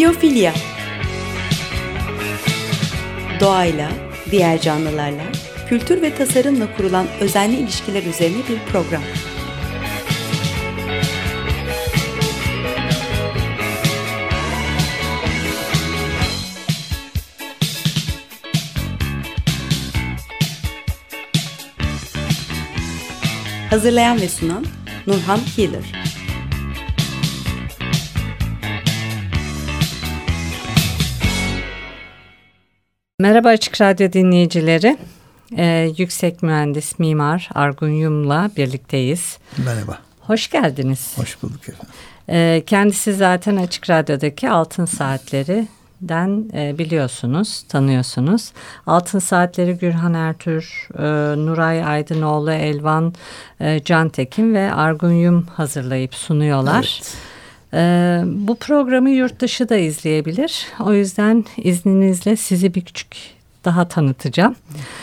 Biyofilya. Doğayla, diğer canlılarla, kültür ve tasarımla kurulan özenli ilişkiler üzerine bir program. Hazırlayan ve sunan Nurhan Healer. Merhaba Açık Radyo dinleyicileri. Yüksek mühendis mimar Argun Yum'la birlikteyiz. Merhaba. Hoş geldiniz. Hoş bulduk efendim. Kendisi zaten Açık Radyo'daki Altın Saatler'den biliyorsunuz, tanıyorsunuz. Altın Saatleri Gürhan Ertür, Nuray Aydınoğlu, Elvan Cantekin ve Argun Yum hazırlayıp sunuyorlar. Evet. Bu programı yurt dışı da izleyebilir. O yüzden izninizle sizi bir küçük daha tanıtacağım.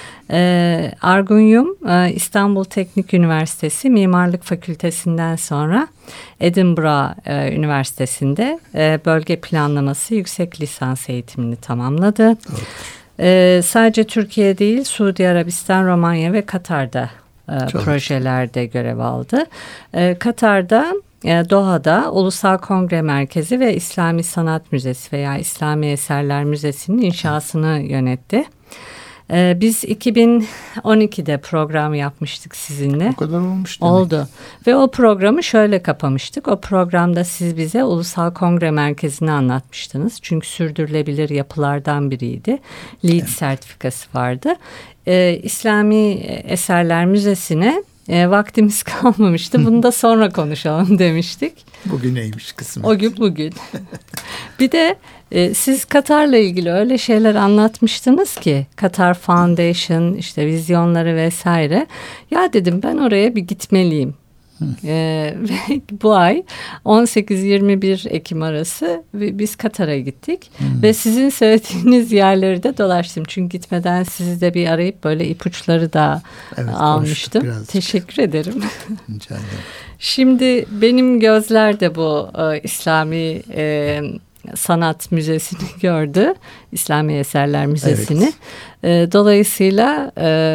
Argun Yum, İstanbul Teknik Üniversitesi Mimarlık Fakültesinden sonra Edinburgh Üniversitesi'nde bölge planlaması yüksek lisans eğitimini tamamladı. Sadece Türkiye değil, Suudi Arabistan, Romanya ve Katar'da projelerde görev aldı. Katar'da Doha'da Ulusal Kongre Merkezi ve İslami Sanat Müzesi veya İslami Eserler Müzesi'nin inşasını yönetti. Biz 2012'de program yapmıştık sizinle. O kadar olmuş demek. Oldu. Ve o programı şöyle kapamıştık. O programda siz bize Ulusal Kongre Merkezi'ni anlatmıştınız. Çünkü sürdürülebilir yapılardan biriydi. LEED sertifikası vardı. İslami Eserler Müzesi'ne vaktimiz kalmamıştı. Bunu da sonra konuşalım demiştik. Bugüneymiş kısmet. O gün bugün. Bir de siz Katar'la ilgili öyle şeyler anlatmıştınız ki Katar Foundation, işte vizyonları vesaire. Ya dedim ben oraya bir gitmeliyim. Ve bu ay 18-21 Ekim arası biz Katar'a gittik ve sizin söylediğiniz yerleri de dolaştım. Çünkü gitmeden sizi de bir arayıp böyle ipuçları da almıştım. Teşekkür ederim. Rica ederim. Şimdi benim gözler de bu İslami Sanat Müzesi'ni gördü. İslami Eserler Müzesi'ni. Evet. Dolayısıyla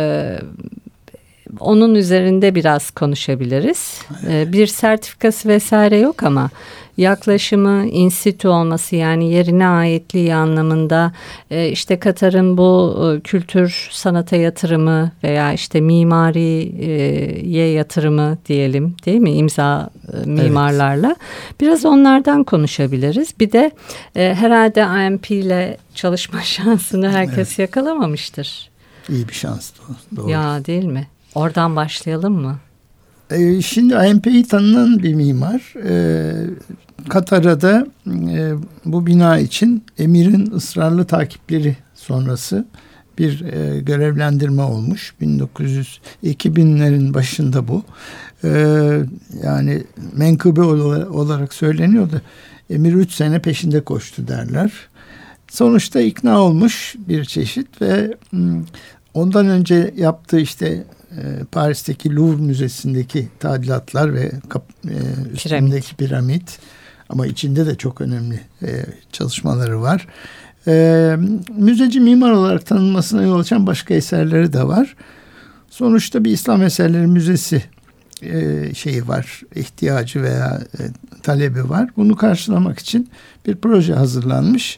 onun üzerinde biraz konuşabiliriz. Bir sertifikası vesaire yok ama yaklaşımı in situ olması, yani yerine aitliği anlamında işte Katar'ın bu kültür sanata yatırımı veya işte mimariye yatırımı diyelim, değil mi, imza mimarlarla. Evet. Biraz onlardan konuşabiliriz. Bir de herhalde IMP ile çalışma şansını herkes yakalamamıştır. İyi bir şans doğru. Ya değil mi? Oradan başlayalım mı? Şimdi IMP'yi tanınan bir mimar. Katar'a da bu bina için emirin ısrarlı takipleri sonrası bir görevlendirme olmuş. 2000'lerin başında bu. Yani menkıbe olarak söyleniyordu. Emir 3 sene peşinde koştu derler. Sonuçta ikna olmuş bir çeşit ve ondan önce yaptığı işte Paris'teki Louvre Müzesi'ndeki tadilatlar ve üstündeki piramit, ama içinde de çok önemli çalışmaları var. Müzeci mimar olarak tanınmasına yol açan başka eserleri de var. Sonuçta bir İslam Eserleri Müzesi şeyi var, ihtiyacı veya talebi var. Bunu karşılamak için bir proje hazırlanmış.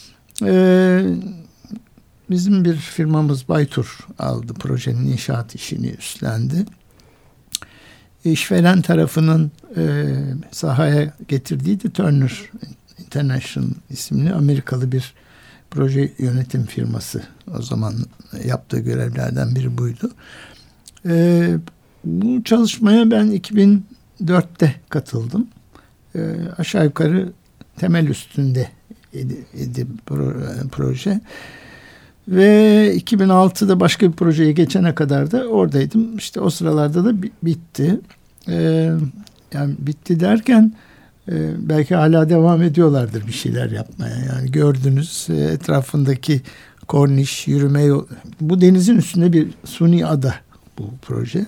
Bizim bir firmamız Baytur aldı, projenin inşaat işini üstlendi. İşveren tarafının sahaya getirdiği de Turner International isimli Amerikalı bir proje yönetim firması. O zaman yaptığı görevlerden biri buydu. Bu çalışmaya ben 2004'te katıldım. Aşağı yukarı temel üstünde idi proje. Ve 2006'da başka bir projeye geçene kadar da oradaydım. İşte o sıralarda da bitti. Yani bitti derken belki hala devam ediyorlardır bir şeyler yapmaya. Yani gördünüz etrafındaki korniş, yürüme yol. Bu denizin üstünde bir suni ada bu proje.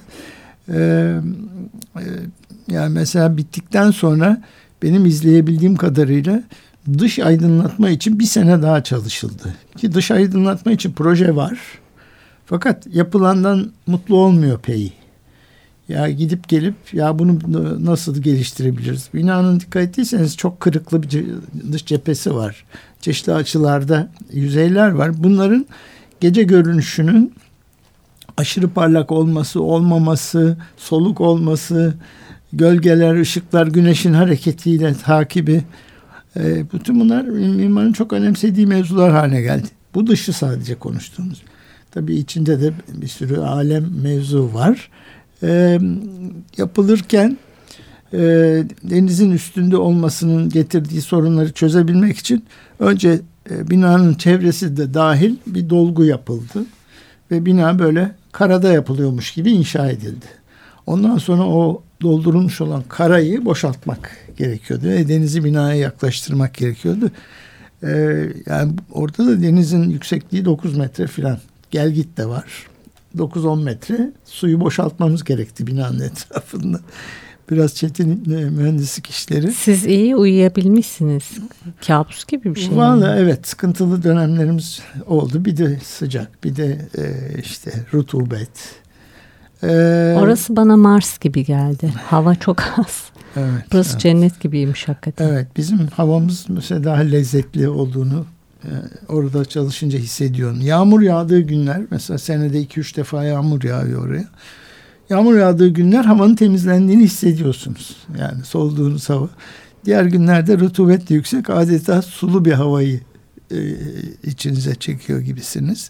Yani mesela bittikten sonra benim izleyebildiğim kadarıyla dış aydınlatma için bir sene daha çalışıldı. Ki dış aydınlatma için proje var. Fakat yapılandan mutlu olmuyor PEİ. Ya gidip gelip ya bunu nasıl geliştirebiliriz? Binanın dikkat ettiyseniz çok kırıklı bir dış cephesi var. Çeşitli açılarda yüzeyler var. Bunların gece görünüşünün aşırı parlak olması, olmaması, soluk olması, gölgeler, ışıklar, güneşin hareketiyle takibi, bütün bunlar mimarın çok önemsediği mevzular haline geldi. Bu dışı sadece konuştuğumuz. Tabii içinde de bir sürü alem mevzu var. Yapılırken denizin üstünde olmasının getirdiği sorunları çözebilmek için önce binanın çevresi de dahil bir dolgu yapıldı. Ve bina böyle karada yapılıyormuş gibi inşa edildi. Ondan sonra o doldurulmuş olan karayı boşaltmak gerekiyordu. Denizi binaya yaklaştırmak gerekiyordu. Yani orada da denizin yüksekliği 9 metre falan. Gelgit de var. 9-10 metre suyu boşaltmamız gerekti binanın etrafında. Biraz çetin mühendislik işleri. Siz iyi uyuyabilmişsiniz. Kabus gibi bir şey. Vallahi evet, sıkıntılı dönemlerimiz oldu. Bir de sıcak, bir de işte rutubet. Orası bana Mars gibi geldi. Hava çok az. Evet, burası evet. Cennet gibiymiş hakikaten. Evet, bizim havamız mesela daha lezzetli olduğunu orada çalışınca hissediyorum. Yağmur yağdığı günler, mesela senede 2-3 defa yağmur yağıyor oraya. Yağmur yağdığı günler havanın temizlendiğini hissediyorsunuz. Yani soluduğunuz hava. Diğer günlerde rutubet de yüksek, adeta sulu bir havayı içinize çekiyor gibisiniz.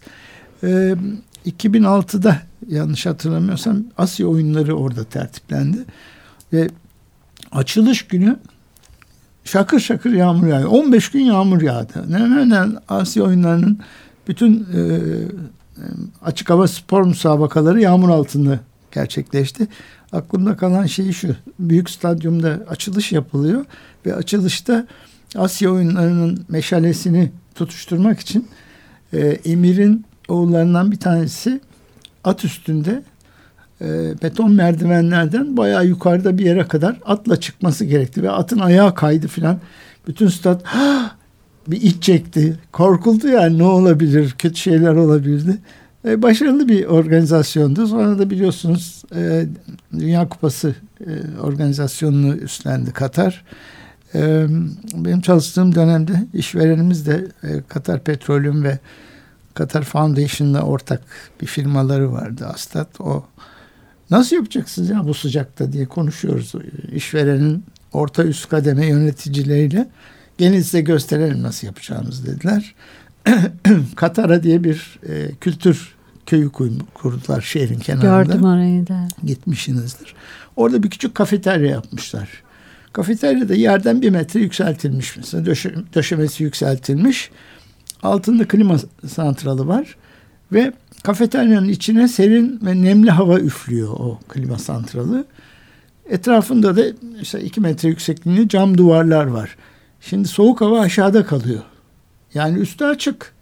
2006'da yanlış hatırlamıyorsam Asya oyunları orada tertiplendi. Ve açılış günü şakır şakır yağmur yağıyor. 15 gün yağmur yağdı. Hemen Asya oyunlarının bütün açık hava spor müsabakaları yağmur altında gerçekleşti. Aklımda kalan şey şu: büyük stadyumda açılış yapılıyor ve açılışta Asya oyunlarının meşalesini tutuşturmak için emirin oğullarından bir tanesi at üstünde beton merdivenlerden bayağı yukarıda bir yere kadar atla çıkması gerekti ve atın ayağı kaydı filan. Bütün stat bir iç çekti. Korkuldu yani, ne olabilir? Kötü şeyler olabilirdi. Başarılı bir organizasyondu. Sonra da biliyorsunuz Dünya Kupası organizasyonunu üstlendi Katar. Benim çalıştığım dönemde işverenimiz de Katar Petroleum ve Katar Foundation'la ortak bir firmaları vardı, Astat. O nasıl yapacaksınız ya bu sıcakta diye konuşuyoruz. İşverenin orta üst kademe yöneticileriyle. Gelin size gösterelim nasıl yapacağımızı dediler. Katara diye bir kültür köyü kurdular şehrin kenarında. Gördüm orayı da. Gitmişsinizdir. Orada bir küçük kafeterya yapmışlar. Kafeterya da yerden 1 metre yükseltilmiş. Mesela döşemesi yükseltilmiş. Altında klima santralı var. Ve kafeteryanın içine serin ve nemli hava üflüyor o klima santralı. Etrafında da işte 2 metre yüksekliğinde cam duvarlar var. Şimdi soğuk hava aşağıda kalıyor. Yani üstü açık.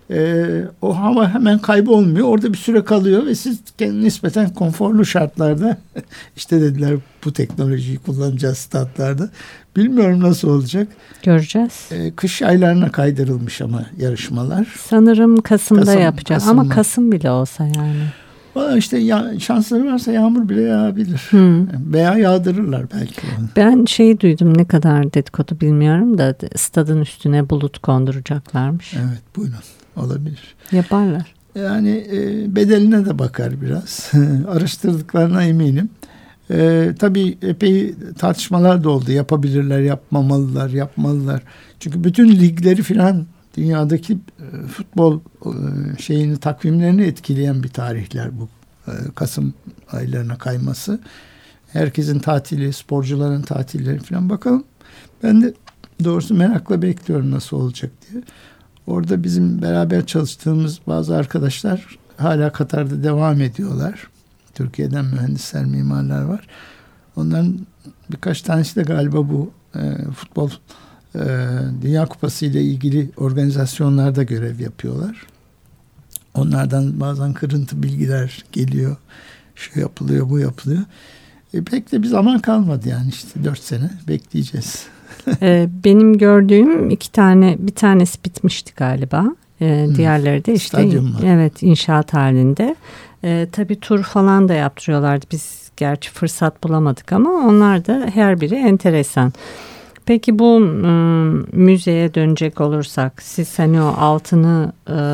O hava hemen kaybolmuyor. Orada bir süre kalıyor ve siz nispeten konforlu şartlarda işte dediler bu teknolojiyi kullanacağız statlarda. Bilmiyorum nasıl olacak. Göreceğiz. Kış aylarına kaydırılmış ama yarışmalar. Sanırım Kasım'da yapacağız. Ama Kasım bile olsa yani. Valla işte şansları varsa yağmur bile yağabilir. Veya yağdırırlar belki. Ben duydum, ne kadar dedikodu bilmiyorum da stadın üstüne bulut konduracaklarmış. Evet, buyurun, olabilir. Yaparlar. Yani bedeline de bakar biraz. Araştırdıklarına eminim. Tabii epey tartışmalar da oldu. Yapabilirler, yapmamalılar, yapmalılar. Çünkü bütün ligleri filan, dünyadaki futbol takvimlerini etkileyen bir tarihler bu. Kasım aylarına kayması. Herkesin tatili, sporcuların tatilleri filan, bakalım. Ben de doğrusu merakla bekliyorum nasıl olacak diye. Orada bizim beraber çalıştığımız bazı arkadaşlar hala Katar'da devam ediyorlar. Türkiye'den mühendisler, mimarlar var. Onların birkaç tanesi de galiba bu futbol Dünya Kupası ile ilgili organizasyonlarda görev yapıyorlar. Onlardan bazen kırıntı bilgiler geliyor. Şu yapılıyor, bu yapılıyor. Pek de bir zaman kalmadı yani, işte 4 sene bekleyeceğiz. Benim gördüğüm bir tanesi bitmişti galiba. Diğerleri de işte evet inşaat halinde. Tabii tur falan da yaptırıyorlardı. Biz gerçi fırsat bulamadık ama onlar da her biri enteresan. Peki bu müzeye dönecek olursak siz hani o altını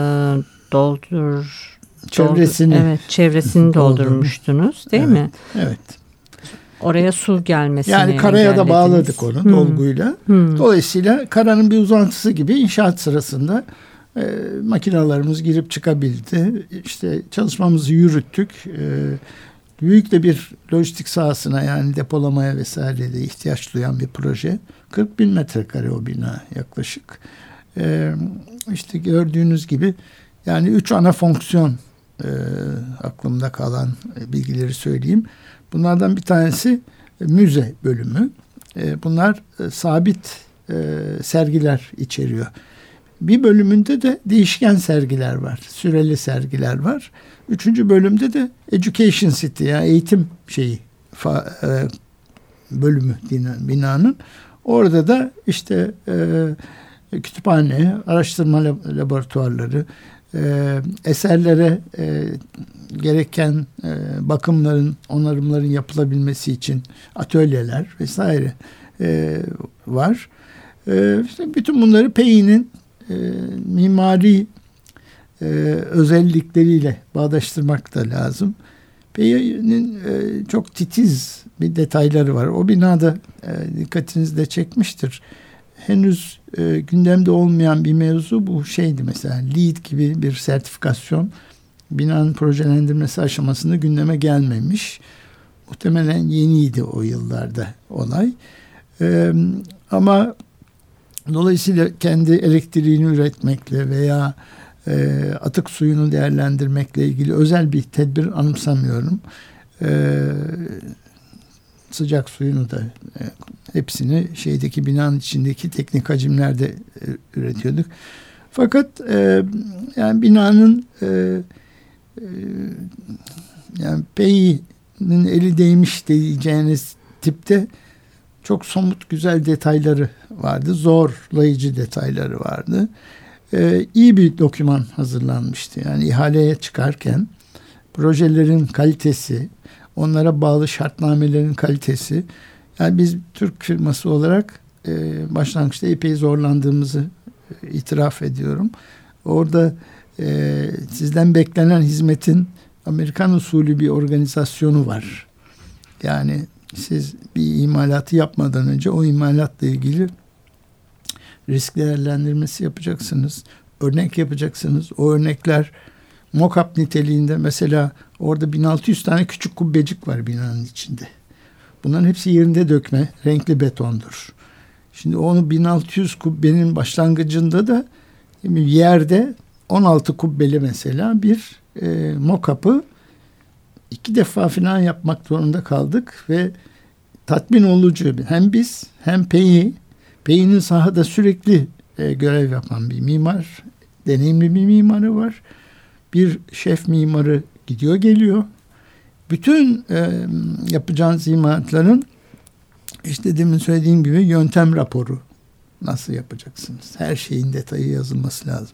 çevresini doldurmuştunuz değil mi? Evet. Oraya su gelmesini yani karaya da bağladık onu dolguyla. Dolayısıyla karanın bir uzantısı gibi inşaat sırasında makinelerimiz girip çıkabildi. İşte çalışmamızı yürüttük. Büyük de bir lojistik sahasına yani depolamaya vesaire de ihtiyaç duyan bir proje. 40.000 metrekare o bina yaklaşık. İşte gördüğünüz gibi yani 3 ana fonksiyon aklımda kalan bilgileri söyleyeyim. Bunlardan bir tanesi müze bölümü. Bunlar sabit sergiler içeriyor. Bir bölümünde de değişken sergiler var. Süreli sergiler var. 3. bölümde de Education City yani eğitim bölümü binanın. Orada da işte kütüphane, araştırma laboratuvarları, eserlere gereken bakımların, onarımların yapılabilmesi için atölyeler vesaire var. İşte bütün bunları Pey'nin mimari özellikleriyle bağdaştırmak da lazım. Pey'nin çok titiz bir detayları var. O binada dikkatinizi de çekmiştir. Henüz gündemde olmayan bir mevzu bu şeydi mesela LEED gibi bir sertifikasyon binanın projelendirmesi aşamasında gündeme gelmemiş. Muhtemelen yeniydi o yıllarda olay. Ama dolayısıyla kendi elektriğini üretmekle veya atık suyunu değerlendirmekle ilgili özel bir tedbir anımsamıyorum. Sıcak suyunu da hepsini şeydeki binanın içindeki teknik hacimlerde üretiyorduk. Fakat yani binanın yani Pey'nin eli değmiş diyeceğiniz tipte çok somut güzel detayları vardı. Zorlayıcı detayları vardı. İyi bir doküman hazırlanmıştı. Yani ihaleye çıkarken projelerin kalitesi, onlara bağlı şartnamelerin kalitesi. Yani biz Türk firması olarak başlangıçta epey zorlandığımızı itiraf ediyorum. Orada sizden beklenen hizmetin Amerikan usulü bir organizasyonu var. Yani siz bir imalatı yapmadan önce o imalatla ilgili risk değerlendirmesi yapacaksınız. Örnek yapacaksınız. O örnekler mock-up niteliğinde mesela orada 1600 tane küçük kubbecik var binanın içinde. Bunların hepsi yerinde dökme, renkli betondur. Şimdi onu 1600 kubbenin başlangıcında da yerde 16 kubbeli mesela bir mock-up'ı 2 defa falan yapmak zorunda kaldık ve tatmin olucu hem biz hem Pey'nin sahada sürekli görev yapan bir mimar, deneyimli bir mimarı var. Bir şef mimarı gidiyor geliyor. Bütün yapacağınız imalatların işte demin söylediğim gibi yöntem raporu nasıl yapacaksınız? Her şeyin detayı yazılması lazım.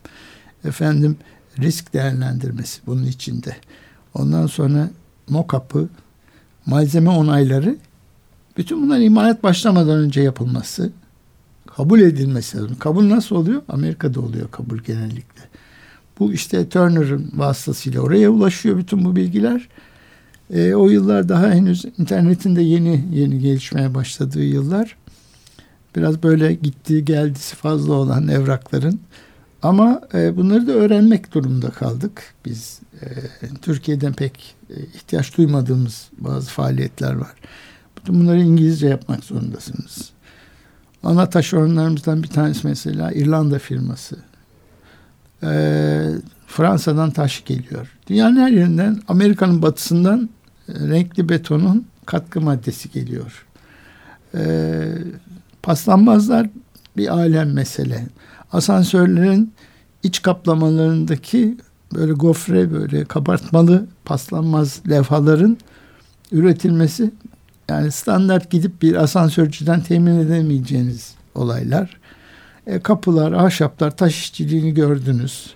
Risk değerlendirmesi bunun içinde. Ondan sonra mock-up'ı, malzeme onayları, bütün bunlar imalat başlamadan önce yapılması, kabul edilmesi lazım. Kabul nasıl oluyor? Amerika'da oluyor kabul genellikle. Bu işte Turner'ın vasıtasıyla oraya ulaşıyor bütün bu bilgiler. O yıllar daha henüz internetin de yeni gelişmeye başladığı yıllar. Biraz böyle gittiği geldisi fazla olan evrakların. Ama bunları da öğrenmek durumunda kaldık. Biz Türkiye'den pek ihtiyaç duymadığımız bazı faaliyetler var. Bütün bunları İngilizce yapmak zorundasınız. Ana taşeronlarımızdan bir tanesi mesela İrlanda firması. Fransa'dan taş geliyor. Dünyanın her yerinden, Amerika'nın batısından renkli betonun katkı maddesi geliyor. Paslanmazlar bir alem mesele. Asansörlerin iç kaplamalarındaki böyle gofre, böyle kabartmalı paslanmaz levhaların üretilmesi, yani standart gidip bir asansörcüden temin edemeyeceğiniz olaylar. Kapılar, ahşaplar, taş işçiliğini gördünüz.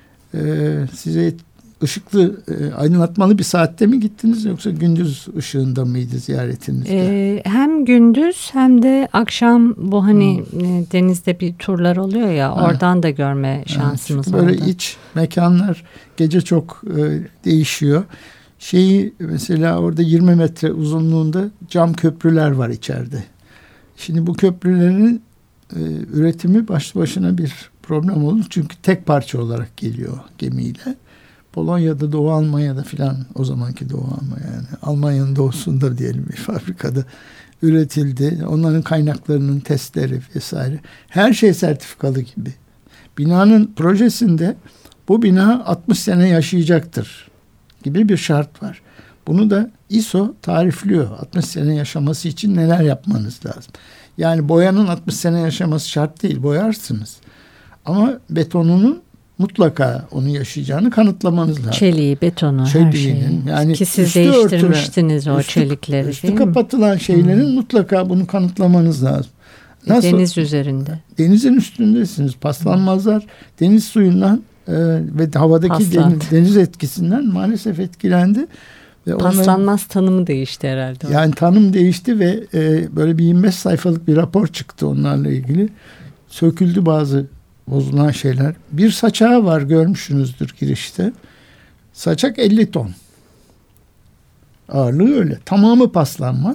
Size ışıklı, aydınlatmalı bir saatte mi gittiniz yoksa gündüz ışığında mıydı ziyaretinizde? Hem gündüz hem de akşam bu hani denizde bir turlar oluyor ya, oradan da görme şansımız oldu. Böyle iç mekanlar gece çok değişiyor. Mesela orada 20 metre uzunluğunda cam köprüler var içeride. Şimdi bu köprülerin üretimi başlı başına bir problem oldu. Çünkü tek parça olarak geliyor gemiyle. Polonya'da, Doğu Almanya'da filan, o zamanki Doğu Almanya, yani Almanya'nın doğusunda diyelim bir fabrikada üretildi. Onların kaynaklarının testleri vesaire. Her şey sertifikalı gibi. Binanın projesinde bu bina 60 sene yaşayacaktır gibi bir şart var. Bunu da ISO tarifliyor. 60 sene yaşaması için neler yapmanız lazım. Yani boyanın 60 sene yaşaması şart değil. Boyarsınız. Ama betonunun mutlaka onu yaşayacağını kanıtlamanız lazım. Çeliği, betonu, her şeyi. Yani ki siz değiştirmiştiniz o çelikleri. Üstü kapatılan şeylerin mutlaka bunu kanıtlamanız lazım. Nasıl? Deniz üzerinde. Denizin üstündesiniz. Paslanmazlar deniz suyundan ve havadaki deniz etkisinden maalesef etkilendi. Ve paslanmaz tanımı değişti herhalde. Yani tanım değişti ve böyle bir 25 sayfalık bir rapor çıktı onlarla ilgili. Söküldü bazı bozulan şeyler. Bir saçağı var, görmüşsünüzdür girişte. Saçak 50 ton. Ağırlığı öyle. Tamamı paslanmaz.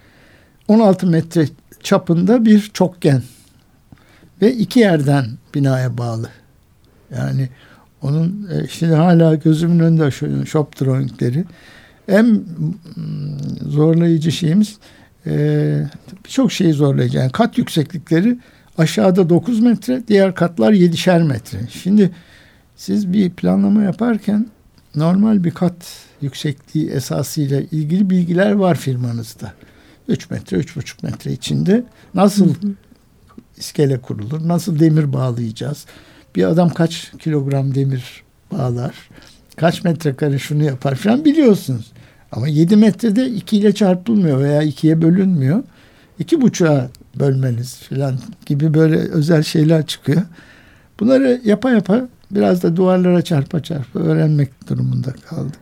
16 metre çapında bir çokgen. Ve 2 yerden binaya bağlı. Yani onun şimdi hala gözümün önünde shop drawingleri. En zorlayıcı şeyimiz birçok şeyi zorlayıcı. Yani kat yükseklikleri aşağıda 9 metre, diğer katlar 7'şer metre. Şimdi siz bir planlama yaparken normal bir kat yüksekliği esasıyla ilgili bilgiler var firmanızda. 3 metre, 3,5 metre içinde nasıl iskele kurulur, nasıl demir bağlayacağız, bir adam kaç kilogram demir bağlar, kaç metrekare şunu yapar falan biliyorsunuz. Ama 7 metrede 2 ile çarpılmıyor veya 2'ye bölünmüyor. 2,5'a bölmeniz falan gibi böyle özel şeyler çıkıyor. Bunları yapa yapa biraz da duvarlara çarpa öğrenmek durumunda kaldık.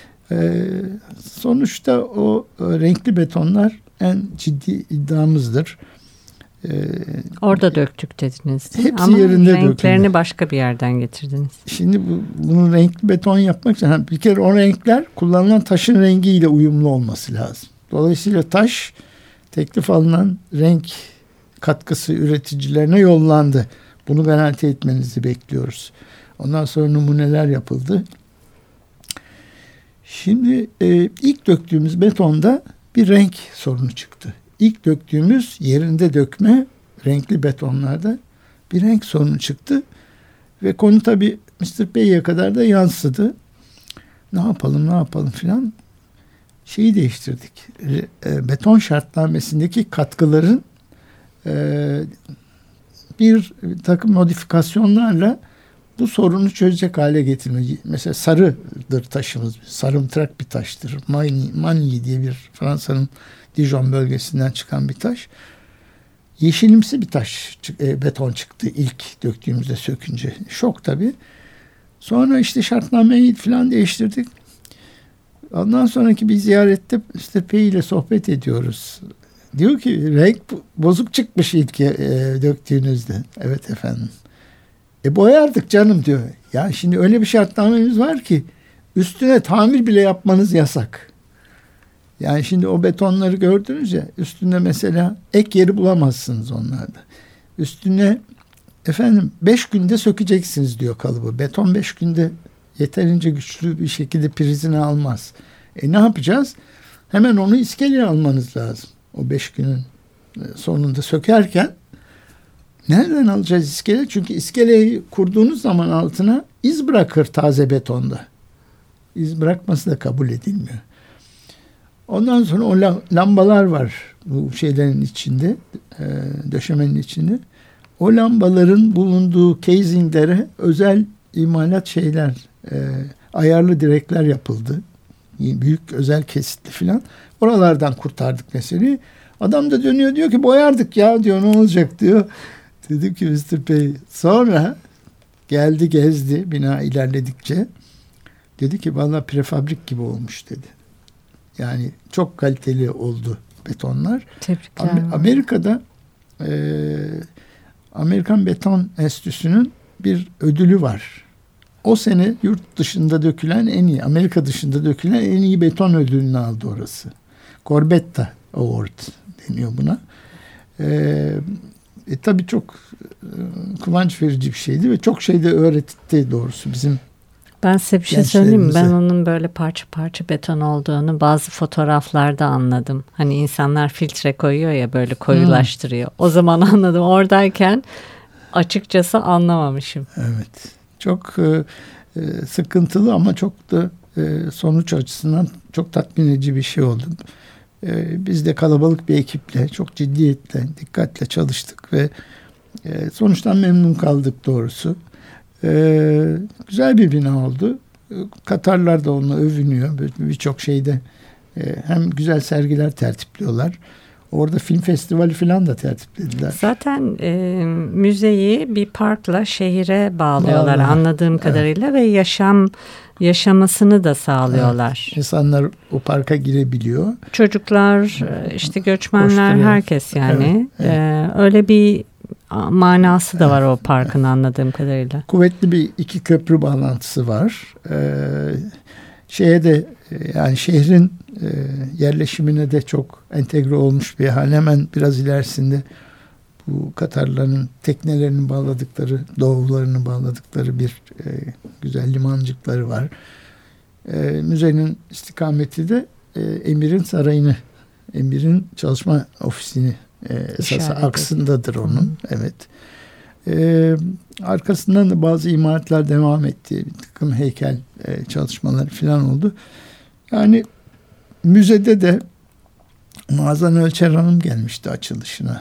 Sonuçta o renkli betonlar en ciddi iddiamızdır. Orada döktük dediniz. Hepsi ama yerinde renklerini dökülür. başka bir yerden getirdiniz. Şimdi bunu renkli beton yapmak için bir kere o renkler kullanılan taşın rengiyle uyumlu olması lazım. Dolayısıyla taş teklif alınan renk katkısı üreticilerine yollandı. Bunu garanti etmenizi bekliyoruz. Ondan sonra numuneler yapıldı. Şimdi ilk döktüğümüz betonda bir renk sorunu çıktı. İlk döktüğümüz yerinde dökme renkli betonlarda bir renk sorunu çıktı. Ve konu tabii Mr. Bey'e kadar da yansıdı. Ne yapalım filan. Şeyi değiştirdik. Beton şartnamesindeki katkıların bir takım modifikasyonlarla bu sorunu çözecek hale getirmek. Mesela sarıdır taşımız. Sarımtırak bir taştır. Magny diye bir Fransa'nın Dijon bölgesinden çıkan bir taş. Yeşilimsi bir taş beton çıktı ilk döktüğümüzde sökünce. Şok tabii. Sonra işte şartnameyi falan değiştirdik. Ondan sonraki bir ziyarette işte P ile sohbet ediyoruz. Diyor ki renk bozuk çıkmış ilk döktüğünüzde. Evet efendim. Boyardık canım diyor. Ya şimdi öyle bir şartnamemiz var ki üstüne tamir bile yapmanız yasak. Yani şimdi o betonları gördünüz ya, üstünde mesela ek yeri bulamazsınız onlarda. Üstüne 5 günde sökeceksiniz diyor kalıbı. Beton 5 günde yeterince güçlü bir şekilde prizini almaz. Ne yapacağız? Hemen onu iskeleye almanız lazım. O 5 günün sonunda sökerken nereden alacağız iskele? Çünkü iskeleyi kurduğunuz zaman altına iz bırakır taze betonda. İz bırakması da kabul edilmiyor. Ondan sonra o lambalar var bu şeylerin içinde, döşemenin içinde. O lambaların bulunduğu casinglere özel imalat şeyler, ayarlı direkler yapıldı. Büyük özel kesitli filan. Oralardan kurtardık meseleyi. Adam da dönüyor diyor ki boyardık ya diyor, ne olacak diyor. Dedim ki Mr. Bey, sonra geldi gezdi bina ilerledikçe. Dedi ki vallahi prefabrik gibi olmuş dedi. Yani çok kaliteli oldu betonlar. Tebrikler. Amerika'da Amerikan Beton Enstitüsü'nün bir ödülü var. O sene yurt dışında dökülen en iyi, Amerika dışında dökülen en iyi beton ödülünü aldı orası. Corbetta Award deniyor buna. Tabii çok kıvanç verici bir şeydi ve çok şey de öğretti doğrusu bizim. Ben size bir şey söyleyeyim mi? Ben onun böyle parça parça beton olduğunu bazı fotoğraflarda anladım. Hani insanlar filtre koyuyor ya, böyle koyulaştırıyor. O zaman anladım. Oradayken açıkçası anlamamışım. Evet. Çok sıkıntılı ama çok da sonuç açısından çok tatmin edici bir şey oldu. Biz de kalabalık bir ekiple, çok ciddiyetle, dikkatle çalıştık ve sonuçtan memnun kaldık doğrusu. Güzel bir bina oldu. Katarlar da onunla övünüyor. Birçok şeyde hem güzel sergiler tertipliyorlar. Orada film festivali falan da tertiplediler. Zaten müzeyi bir parkla şehire bağlıyorlar anladığım kadarıyla ve yaşamasını da sağlıyorlar. Evet, insanlar o parka girebiliyor. Çocuklar, işte göçmenler, herkes yani. Evet. Öyle bir manası da var o parkın anladığım kadarıyla. Kuvvetli bir iki köprü bağlantısı var. Şeye de yani şehrin yerleşimine de çok entegre olmuş bir hal. Hemen biraz ilerisinde bu Katarların teknelerini bağladıkları, doğularını bağladıkları bir güzel limancıkları var. Müzenin istikameti de Emir'in sarayını, Emir'in çalışma ofisini esas aksındadır onun. Evet. Arkasından da bazı imaretler devam etti. Bir takım heykel çalışmaları falan oldu. Yani müzede de Nazan Ölçer Hanım gelmişti açılışına.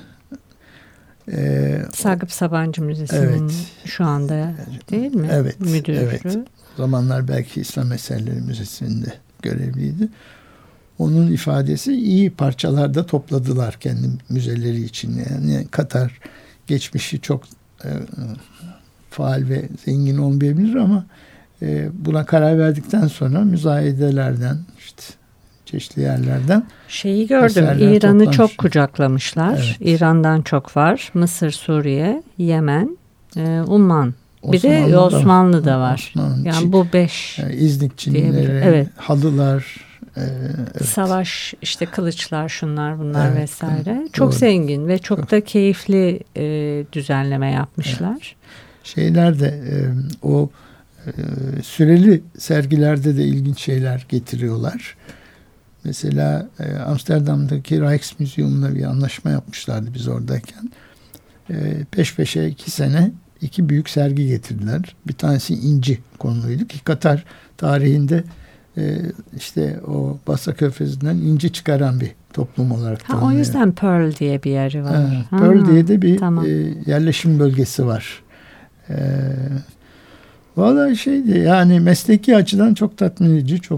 Sagıp Sabancı Müzesi'nin şu anda değil mi? Evet. Müdürü. Evet. O zamanlar belki İslam Eserleri Müzesi'nde görevliydi. Onun ifadesi iyi parçalarda topladılar kendi müzeleri için. Yani Katar geçmişi çok faal ve zengin olmayabilir ama buna karar verdikten sonra müzayedelerden, işte çeşitli yerlerden şeyi gördüm. İran'ı çok kucaklamışlar. Evet. İran'dan çok var. Mısır, Suriye, Yemen, Umman. Bir de Osmanlı da var. Yani bu 5. İznik Çinileri, halılar, evet. Savaş, işte kılıçlar, şunlar bunlar vesaire. Çok zengin ve çok da keyifli düzenleme yapmışlar. Evet. Şeyler de o süreli sergilerde de ilginç şeyler getiriyorlar. Mesela Amsterdam'daki Rijksmuseum'la bir anlaşma yapmışlardı biz oradayken. Peş peşe 2 sene 2 büyük sergi getirdiler. Bir tanesi inci konuluydu ki Katar tarihinde işte o Basra Körfezi'nden inci çıkaran bir toplum olarak o yüzden Pearl diye bir yeri var. Pearl diye de bir yerleşim bölgesi var. Vallahi şeydi yani mesleki açıdan çok tatmin edici, çok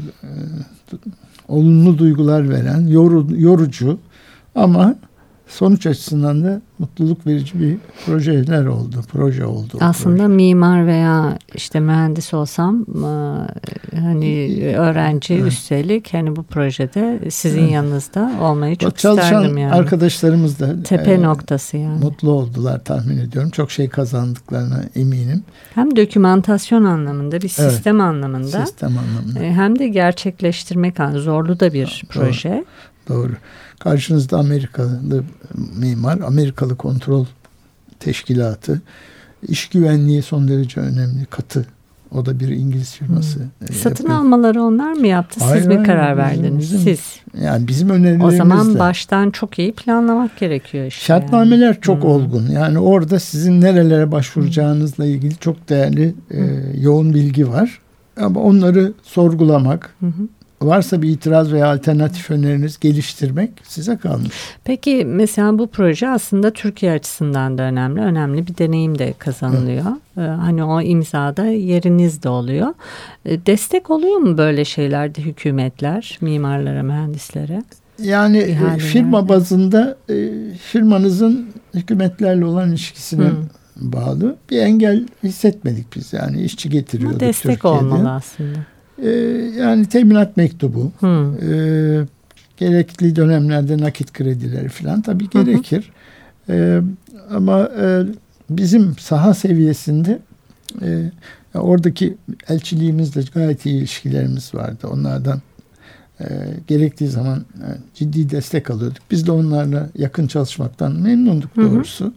olumlu duygular veren, yorucu ama sonuç açısından da mutluluk verici bir proje oldu. Aslında mimar veya işte mühendis olsam hani öğrenci üstelik hani bu projede sizin yanınızda olmayı çok isterdim yani. Arkadaşlarımız da tepe noktası yani. Mutlu oldular tahmin ediyorum. Çok şey kazandıklarına eminim. Hem dokümantasyon anlamında bir sistem anlamında. Hem de gerçekleştirmek zorlu da bir proje. Doğru. Karşınızda Amerikalı mimar, Amerikalı kontrol teşkilatı, iş güvenliği son derece önemli, katı. O da bir İngiliz firması. Satın almaları onlar mı yaptı? Siz mi karar verdiniz? Siz. Yani bizim önerilerimizle. O zaman baştan çok iyi planlamak gerekiyor işte. Şartnameler çok olgun. Yani orada sizin nerelere başvuracağınızla ilgili çok değerli yoğun bilgi var. Ama onları sorgulamak, varsa bir itiraz veya alternatif öneriniz geliştirmek size kalmış. Peki mesela bu proje aslında Türkiye açısından da önemli. Önemli bir deneyim de kazanılıyor. Hani o imzada yeriniz de oluyor. Destek oluyor mu böyle şeylerde hükümetler, mimarlara, mühendislere? Yani firma bazında firmanızın hükümetlerle olan ilişkisine bağlı. Bir engel hissetmedik biz. Yani işçi getiriyorduk Türkiye'de. Destek olmalı aslında. Yani teminat mektubu, gerekli dönemlerde nakit kredileri falan tabii gerekir. Ama bizim saha seviyesinde oradaki elçiliğimizle gayet iyi ilişkilerimiz vardı. Onlardan gerektiği zaman ciddi destek alıyorduk. Biz de onlarla yakın çalışmaktan memnunduk doğrusu.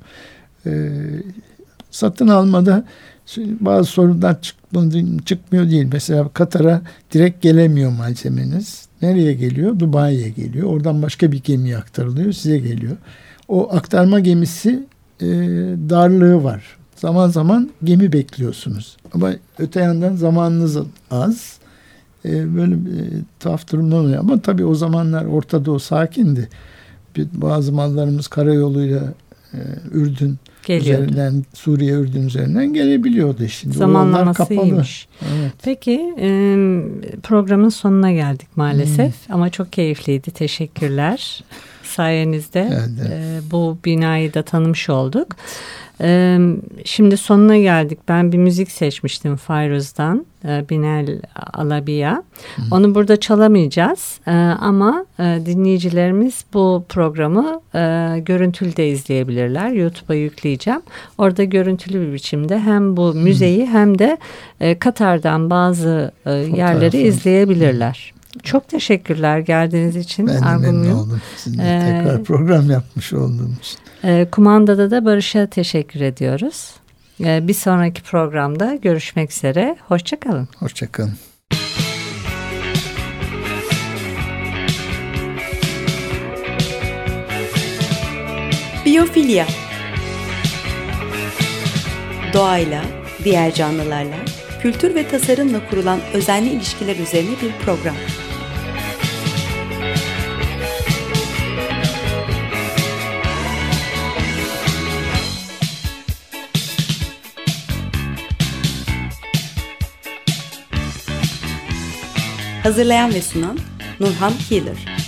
Satın almada bazı sorunlar çıkmıyor değil. Mesela Katar'a direkt gelemiyor malzemeniz. Nereye geliyor? Dubai'ye geliyor. Oradan başka bir gemiye aktarılıyor. Size geliyor. O aktarma gemisi darlığı var. Zaman zaman gemi bekliyorsunuz. Ama öte yandan zamanınız az. Böyle tuhaf durumlar oluyor. Ama tabii o zamanlar Orta Doğu sakindi. Bazı mallarımız karayoluyla Ürdün üzerinden, Suriye, Ürdün üzerinden gelebiliyordu. Şimdi zamanlaması iyiymiş. Evet. Peki programın sonuna geldik maalesef ama çok keyifliydi. Teşekkürler. Sayenizde bu binayı da tanımış olduk. Şimdi sonuna geldik. Ben bir müzik seçmiştim Fayruz'dan. Binel Alabiya. Onu burada çalamayacağız. Ama dinleyicilerimiz bu programı görüntülü de izleyebilirler. YouTube'a yükleyeceğim. Orada görüntülü bir biçimde hem bu müzeyi hem de Katar'dan bazı yerleri izleyebilirler. Çok teşekkürler geldiğiniz için. Ben de memnun oldum. Sizinle tekrar program yapmış olduğum için. Kumandada da Barış'a teşekkür ediyoruz. Bir sonraki programda görüşmek üzere. Hoşça kalın. Hoşça kalın. Biyofilya. Doğayla, diğer canlılarla, kültür ve tasarımla kurulan özenli ilişkiler üzerine bir program. Hazırlayan ve sunan Nurhan Healer.